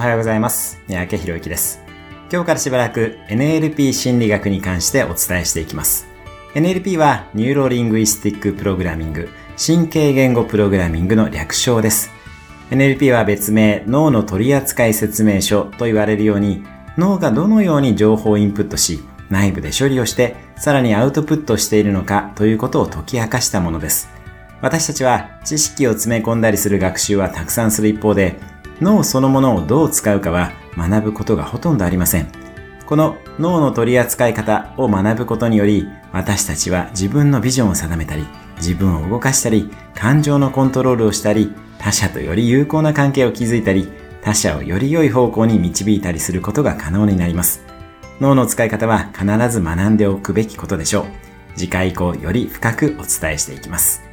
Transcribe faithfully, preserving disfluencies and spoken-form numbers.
おはようございます。三宅博之です。今日からしばらく エヌエルピー 心理学に関してお伝えしていきます。エヌエルピー はニューロリングイスティックプログラミング、神経言語プログラミングの略称です。エヌエルピー は別名脳の取扱説明書と言われるように、脳がどのように情報をインプットし、内部で処理をして、さらにアウトプットしているのかということを解き明かしたものです。私たちは知識を詰め込んだりする学習はたくさんする一方で、脳そのものをどう使うかは学ぶことがほとんどありません。この脳の取り扱い方を学ぶことにより、私たちは自分のビジョンを定めたり、自分を動かしたり、感情のコントロールをしたり、他者とより有効な関係を築いたり、他者をより良い方向に導いたりすることが可能になります。脳の使い方は必ず学んでおくべきことでしょう。次回以降より深くお伝えしていきます。